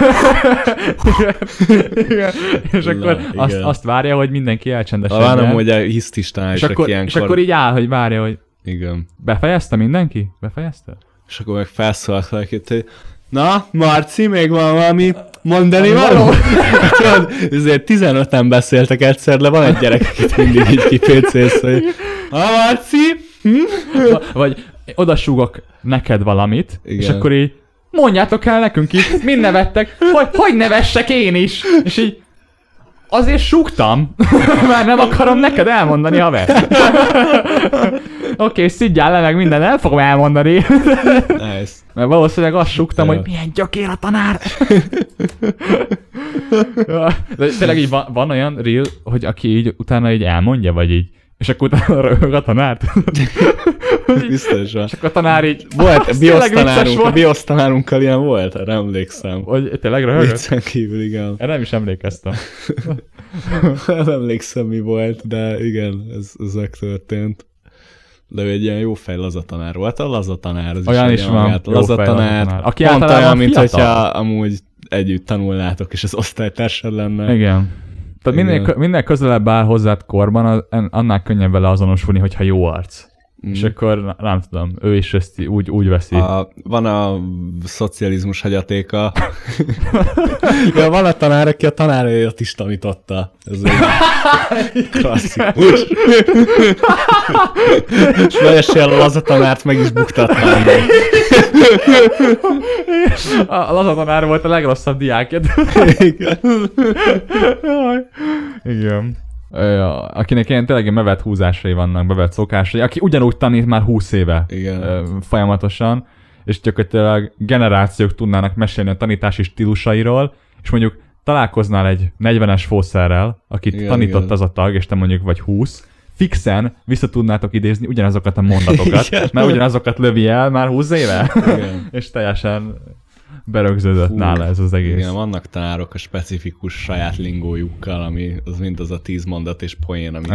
Igen. És akkor azt várja, hogy mindenki elcsendesedjen. Várom, hogy a hisztistánások ilyenkor. És akkor így áll, hogy várja, hogy igen. Befejezte mindenki? Befejezte? És akkor meg felszólalt hogy na, Marci, még van valami mondani való? Ezért 15-en beszéltek egyszer, de van egy gyerek, akit mindig így kipécélsz, hogy Marci? Vagy odasúgok neked valamit, igen. És akkor így mondjátok el nekünk is, mind nevettek, hogy nevessek én is? És így azért súgtam, mert nem akarom neked elmondani, haver. Oké, szidjál le meg minden, el fogom elmondani. Nice. Mert valószínűleg azt súgtam, hogy milyen gyökér a tanár. De tényleg így van olyan real, hogy aki így utána így elmondja, vagy így, és akkor utána röhög a tanárt. Biztos van. És akkor a tanár így... Volt, a biosztanárunkkal ilyen volt, erre emlékszem. Hogy tényleg röhögött? Viccen kívül, igen. Erre nem is emlékeztem. Nem emlékszem, mi volt, de igen, ez megtörtént. De ő egy ilyen jó fej lazatanár volt. A lazatanár az olyan is van, magát. Lazatanár. Aki pont olyan, mint hogyha amúgy együtt tanulnátok, és az osztálytársad lenne. Igen. Tehát minél közelebb áll hozzád korban, annál könnyebb vele azonosulni, hogyha jó arc. És akkor nem tudom, ő is ezt úgy veszi. Van a szocializmus hagyatéka. Ja, van a tanár, aki a tanárját is tanította. Ez egy klasszikus. És leessél a lazatanárt meg is buktatnám. A lazatanár volt a legrosszabb diákja. Igen. Akinek ilyen tényleg bevett húzásai vannak, bevett szokásai, aki ugyanúgy tanít már 20 éve. Igen. Folyamatosan, és gyakorlatilag generációk tudnának mesélni a tanítási stílusairól, és mondjuk találkoznál egy 40-es fószerrel, akit igen, tanított igen. Az a tag, és te mondjuk vagy 20, fixen vissza tudnátok idézni ugyanazokat a mondatokat, igen. Mert ugyanazokat lövi el már 20 éve, és teljesen berögződött nála ez az egész. Igen, vannak tanárok a specifikus saját lingójukkal, ami az mind az a 10 mondat és poén, amit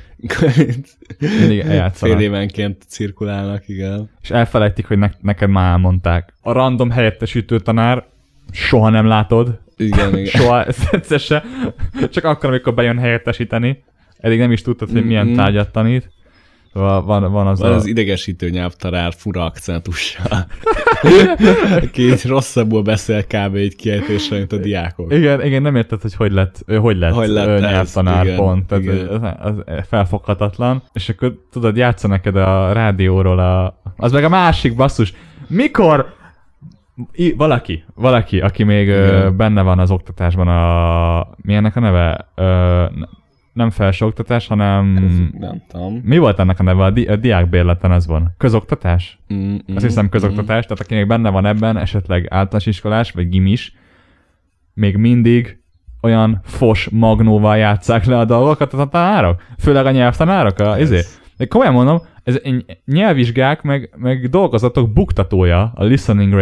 fél évenként cirkulálnak, igen. És elfelejtik, hogy neked már elmondták. A random helyettesítő tanár soha nem látod. Igen. Soha, egyszer se. Csak akkor, amikor bejön helyettesíteni. Eddig nem is tudtad, hogy milyen tárgyat tanít. Van az idegesítő nyelvtanár fura akcentussal. Aki így rosszabbul beszél kb. Így kiejtésre, mint a diákok. Igen, nem érted, hogy lett nyelvtanár ez, pont. Tehát az felfoghatatlan. És akkor tudod, játsza neked a rádióról az meg a másik basszus. Mikor valaki, aki még benne van az oktatásban mi ennek a neve? Nem felsőoktatás, hanem... Nem tudom. Mi volt ennek a neve? A diákbérleten ez van. Közoktatás? Azt hiszem közoktatás, tehát aki még benne van ebben, esetleg általános iskolás, vagy gimis, még mindig olyan fos magnóval játsszák le a dolgokat a tanárok? Főleg a nyelvtanárok? De komolyan mondom, ez nyelvvizsgák meg dolgozatok buktatója a listening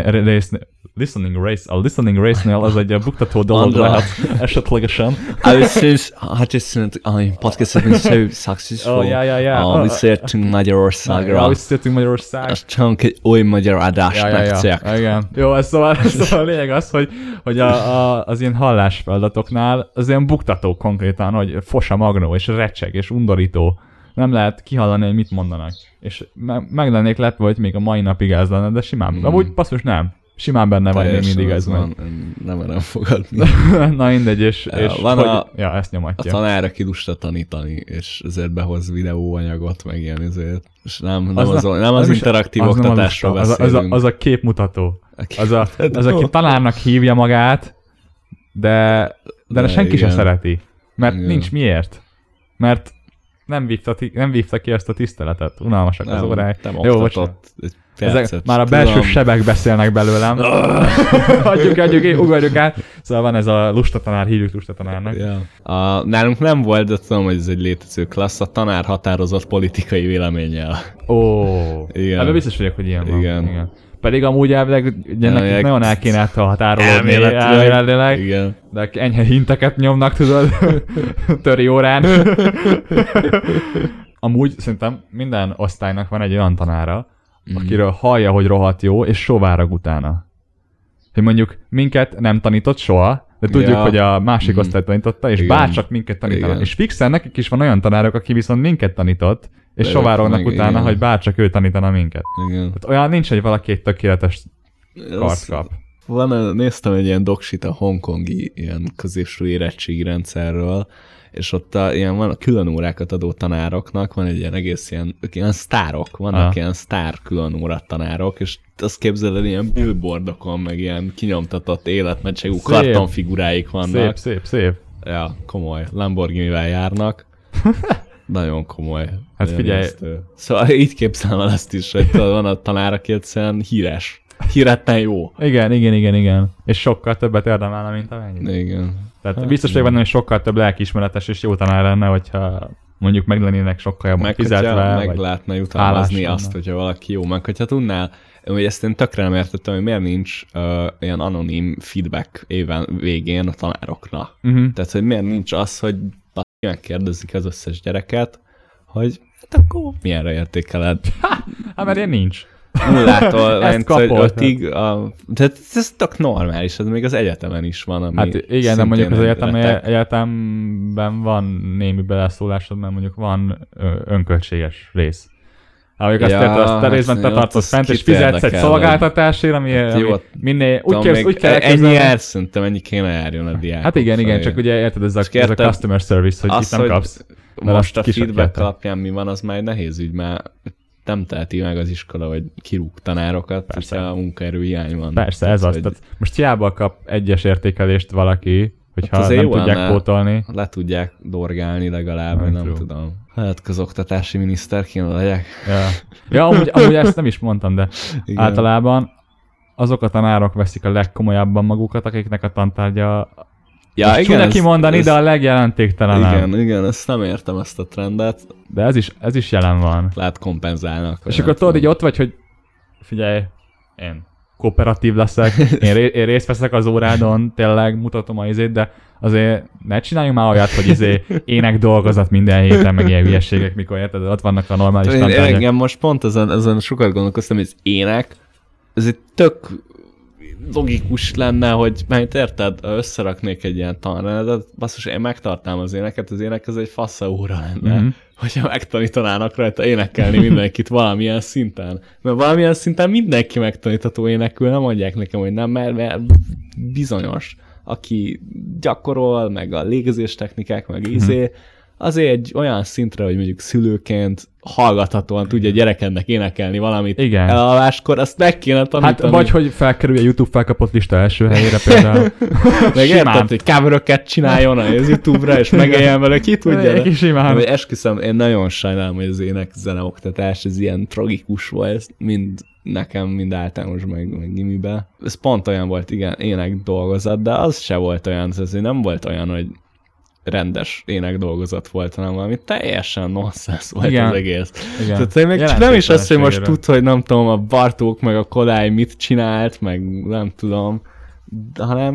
race-nél az egy buktató dolog lehet esetlegesen. A podcast has been so successful. Visszajöttünk Magyarországra. Azt csak egy új magyar adást megcek. Igen. Jó, szóval a lényeg az, hogy az ilyen hallásfeladatoknál az ilyen buktató konkrétan, hogy fos a magnó, és recseg, és undorító. Nem lehet kihallani, hogy mit mondanak. És meg lennék lepve, hogy még a mai napig ez lenne, de simán. Amúgy basszus nem. Simán benne vagy még mindig ez van. Nem merem fogadni. Na mindegy, és van hogy, ezt nyomatja. A tanár, aki lusta tanítani, és ezért behoz videóanyagot, meg ilyen ezért. És nem az interaktív oktatásról beszélünk. Az a képmutató. Az, aki tanárnak hívja magát, de senki sem szereti. Mert nincs miért. Mert nem vívta ki ezt a tiszteletet. Unalmasak az órák. Jó, ezek már a belső sebek beszélnek belőlem. Adjuk, ugorjuk át. Szóval van ez a lustatanár, hívjuk lustatanárnak. Yeah. Nálunk nem volt, de tudom, hogy ez egy létező klassz, a tanár határozott politikai véleménnyel. Igen. Ebben biztos vagyok, hogy ilyen van. Igen. Pedig amúgy elvileg nekik nagyon el kéne határolódni elméletileg, de enyhe hinteket nyomnak, tudod, töri órán. Amúgy szerintem minden osztálynak van egy olyan tanára, akiről hallja, hogy rohadt jó, és sovárag utána. Hogy mondjuk minket nem tanított soha, de tudjuk, hogy a másik osztály tanította, és bárcsak minket tanítanak. És fixen nekik is van olyan tanárok, aki viszont minket tanított, és sovárognak utána, hogy bárcsak ő tanítana minket. Tehát olyan nincs, hogy valaki egy tökéletes kart kap. Néztem egy ilyen doksit a hongkongi ilyen középső érettségi rendszerről, és ott van a külön órákat adó tanároknak, van egy ilyen egész ilyen sztárok, vannak ilyen sztár külön óra tanárok, és azt képzeled, ilyen billboardokon, meg ilyen kinyomtatott életmegységű kartonfiguráik vannak. Szép. Ja, komoly. Lamborghinivel járnak. Nagyon komoly. Hát figyelj. Szóval így képzelem el ezt is, hogy van a tanár, aki egyszerűen híres. Híretten jó. Igen. És sokkal többet érdemelne, mint amennyi. Igen. Tehát biztos vagyok benne, hogy sokkal több lelkiismeretes és jó tanár lenne, hogyha mondjuk meg lennének sokkal jobban fizetve. Meg lehetne jutalmazni azt, hogyha valaki jó. Meg hogyha tudnál, hogy ezt én tökre nem értettem, hogy miért nincs ilyen anonim feedback éven végén a tanároknak. Tehát, hogy miért nincs az, hogy megkérdezik az összes gyereket, hogy hát akkor milyenre értékeled? Hát mert ilyen nincs. Nullától 5-ig, tehát ez tök normális, ez még az egyetemen is van, ami hát igen, de mondjuk az egyetemben van némi beleszólásod, mert mondjuk van önköltséges rész. Mondjuk azt te részben te tartod fent, és fizetsz egy szolgáltatásért, ami minél úgy kell elképzelni. Szerintem ennyi kéne járjon a diákok. Hát igen, csak ugye érted, ez a customer service, hogy itt nem kapsz. Most a feedback alapján mi van, az már nehéz ügy, mert nem teheti meg az iskola, hogy kirúg tanárokat, hogyha a munkaerő hiány van. Persze, ez az. Tehát most hiába kap egyes értékelést valaki, hogyha hát nem tudják pótolni. Le tudják dorgálni legalább, nem tudom. Hát közoktatási miniszter kéne legyek. Ja, amúgy ezt nem is mondtam, de igen. Általában azok a tanárok veszik a legkomolyabban magukat, akiknek a tantárgya csúnya kimondani, de a legjelentéktelenebb. Igen, ezt nem értem, ezt a trendet. De ez is jelen van. Lehet kompenzálnak. És akkor tudod, így ott vagy, hogy figyelj, én kooperatív leszek, én részt veszek az órádon, tényleg mutatom a izét, de azért ne csináljunk már olyat, hogy ének dolgozat minden héten, meg ilyen hülyeségek, mikor érted, ott vannak a normális tantárgyak. Engem most pont ezen sokat gondolkoztam, hogy az ének, ez egy tök logikus lenne, hogy mert érted, összeraknék egy ilyen tanrendet, basszus, én megtartám az éneket, az ének az egy fasza óra lenne, hogyha megtanítanának rajta énekelni mindenkit valamilyen szinten. Mert valamilyen szinten mindenki megtanítható énekül, nem mondják nekem, hogy nem, mert bizonyos, aki gyakorol, meg a légzés technikák, meg azért egy olyan szintre, hogy mondjuk szülőként hallgathatóan tudja gyerekednek énekelni valamit elalváskor, azt meg kéne tanítani. Hát vagy, hogy felkerülje YouTube felkapott lista első helyére például. Meg érted, hogy coveröket csináljon az YouTube-ra, és megéljen vele, ki tudja. Simán. Esküszöm, én nagyon sajnálom, hogy az ének zeneoktatás, ez ilyen tragikus volt, mind nekem, mind általános, meg gimibe. Ez pont olyan volt, igen, ének dolgozat, de az se volt olyan, ez nem volt olyan, hogy rendes ének dolgozat volt, hanem valami teljesen nonsense volt az egész. Igen. Tehát én még nem is azt, hogy most tud, hogy nem tudom, a Bartók meg a Kodály mit csinált, meg nem tudom, hanem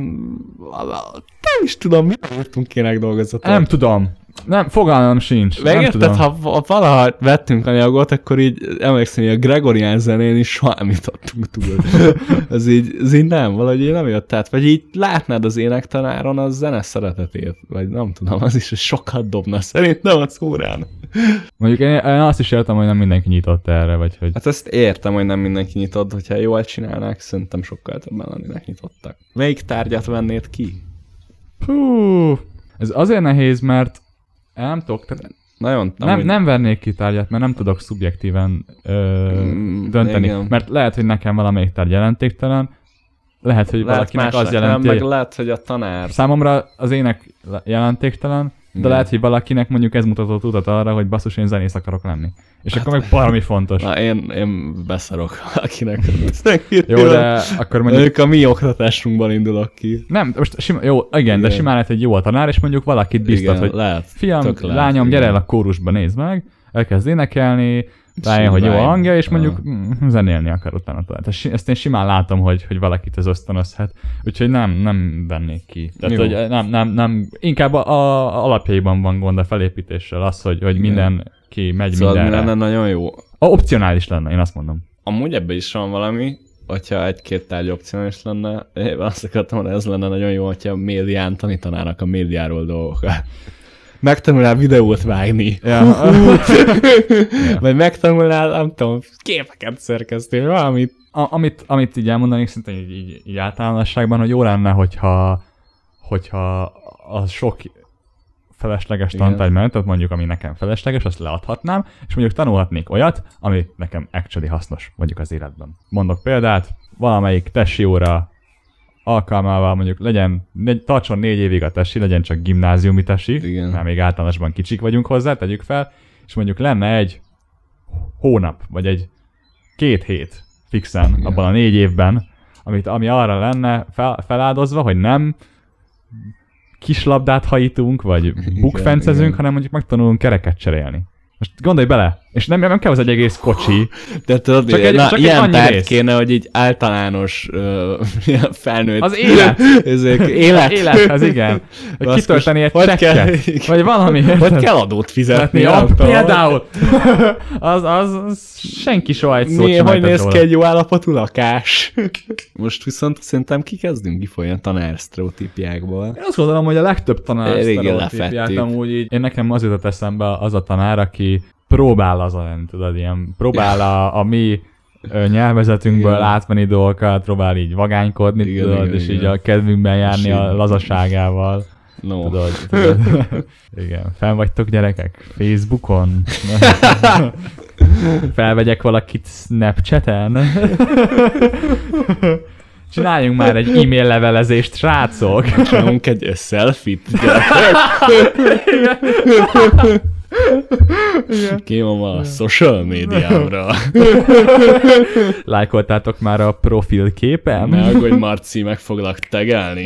nem is tudom, mit írtunk ének dolgozatot. Nem tudom. Nem, fogalmam sincs. Megérted, ha valaha vettünk anyagot, akkor így emlékszem, hogy a Gregorián zenén is soha nem jutottunk túl. ez így nem, valahogy így nem jött át. Vagy így látnád az énektanáron a zene szeretetét, vagy nem tudom, az is sokat dobna szerintem a szórán. Mondjuk én azt is értem, hogy nem mindenki nyitott erre, vagy hogy... Hát ezt értem, hogy nem mindenki nyitott, hogyha jól csinálnák, szerintem sokkal többen lennének nyitottak. Melyik tárgyat vennéd ki? Hú, ez azért nehéz, mert nem tudok, nagyon, nem vernék ki tárgyat, mert nem tudok szubjektíven dönteni. Igen. Mert lehet, hogy nekem valamelyik tárgy jelentéktelen, lehet, hogy valakinek az jelenti. Meg lehet, hogy a tanár. Számomra az ének jelentéktelen, de lehet, hogy valakinek mondjuk ez mutatott utat arra, hogy basszus, én zenész akarok lenni. És hát, akkor meg valami fontos. Na, én beszarok valakinek. Jó, de akkor mondjuk... Ők a mi oktatásunkban indulok ki. Nem, most jó, igen, de simán lehet, hogy jó a tanár, és mondjuk valakit biztat, hogy lehet, fiam, lányom, gyere el a kórusba, nézd meg, elkezd énekelni, rájön, hogy jó a hangja, és mondjuk zenélni akar utána. Tehát ezt én simán látom, hogy valakit ez ösztönözhet. Úgyhogy nem vennék ki. Tehát, hogy nem, inkább a alapjaiban van gond a felépítéssel az, hogy mindenki megy szóval mindenre. Lenne nagyon jó. Opcionális lenne, én azt mondom. Amúgy ebben is van valami, hogyha egy-két tárgy opcionális lenne, én azt akartam, hogy ez lenne nagyon jó, hogyha médián tanítanának a médiáról dolgokat. Megtanulnál videót vágni. Ja. Vagy megtanulnál, nem tudom, képeket szerkeszteni, valamit. Amit így elmondanék, szinte így általánosságban, hogy jó lenne, hogyha a sok felesleges tantárgy mellett, tehát mondjuk ami nekem felesleges, azt leadhatnám, és mondjuk tanulhatnék olyat, ami nekem actually hasznos, mondjuk az életben. Mondok példát, valamelyik tesi óra alkalmával mondjuk tartson 4 évig a tesi, legyen csak gimnáziumi tesi, mert még általánosban kicsik vagyunk hozzá, tegyük fel, és mondjuk lenne egy hónap, vagy egy 2 hét fixen abban a 4 évben, ami arra lenne feláldozva, hogy nem kislabdát hajítunk, vagy bukfencezünk, hanem mondjuk megtanulunk kereket cserélni. Most gondolj bele, és nem kell az egy egész kocsi. De tudod, csak ilyen tárgy kéne, hogy így általános felnőtt. Az élet. Élethez, igen. Kitölteni egy csekket, vagy valami. Hogy kell adót fizetni. Például. az senki soha egy szót sem hogy néz ki egy jó állapotú lakás. Most viszont szerintem kikezdünk kifolyni tanár sztereotípiákból. Én azt gondolom, hogy a legtöbb tanár sztereotípiát amúgy így. Én nekem az jutott eszembe az a tanár, aki próbál az lenni, tudod, ilyen próbál a mi nyelvezetünkből átvenni dolgokat, próbál így vagánykodni, tudod, és így a kedvünkben járni a lazaságával. No. Tudod. Igen. Fenn vagytok, gyerekek? Facebookon? Felvegyek valakit Snapchaten? Csináljunk már egy e-mail levelezést, srácok! Csinálunk egy selfie-t, gyerekek! Kíván a social médiámra. Lájkoltátok már a profilképem? Ne aggódj, Marci, meg foglak tegelni.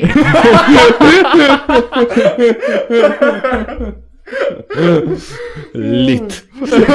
Lit.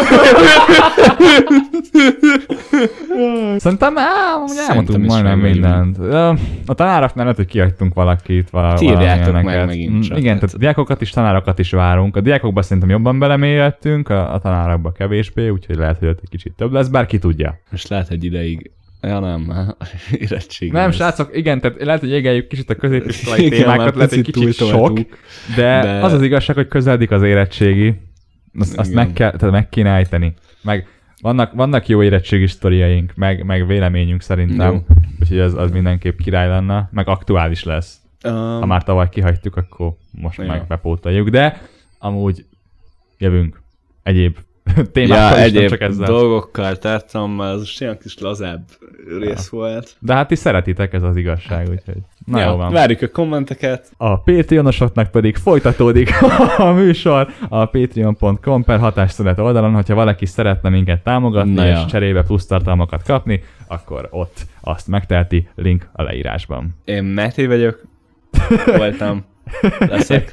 Szerintem elmondtunk majdnem mindent. A tanáraknál lehet, hogy kihagytunk valakit. Írjátok meg megint csak. Igen, tehát diákokat is, tanárokat is várunk. A diákokban szerintem jobban belemélyedtünk, a tanárokban kevésbé, úgyhogy lehet, hogy ott egy kicsit több lesz, bár ki tudja. Most lehet egy ideig. Ja nem, érettség. Nem, srácok, igen, tehát lehet, hogy égeljük kicsit a középiskolai témákat, lehet, hogy kicsit sok, de az az igazság, hogy közeledik az érettségi. Azt meg kéne ejteni. Meg vannak jó érettségi sztoriaink, meg véleményünk szerintem, jó. Úgyhogy az mindenképp király lenne, meg aktuális lesz. Ha már tavaly kihagytuk, akkor most meg bepótoljuk, de amúgy jövünk egyéb témákkal is, nem egyéb csak ezzel. dolgokkal tartalommal, az most ilyen kis lazább rész volt. De hát ti szeretitek, ez az igazság, úgyhogy... Na jó van. Várjuk a kommenteket. A Patreonosoknak pedig folytatódik a műsor a patreon.com/hatásszünet oldalon, hogyha valaki szeretne minket támogatni, és cserébe plusz tartalmakat kapni, akkor ott azt megteheti, link a leírásban. Én Máté vagyok, voltam, leszek.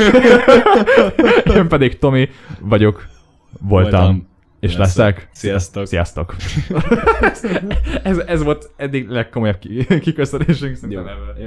Én pedig Tomi vagyok, voltam. És leszek. Sziasztok. Sziasztok. ez volt eddig legkomolyabb kiköszönésünk szerintem.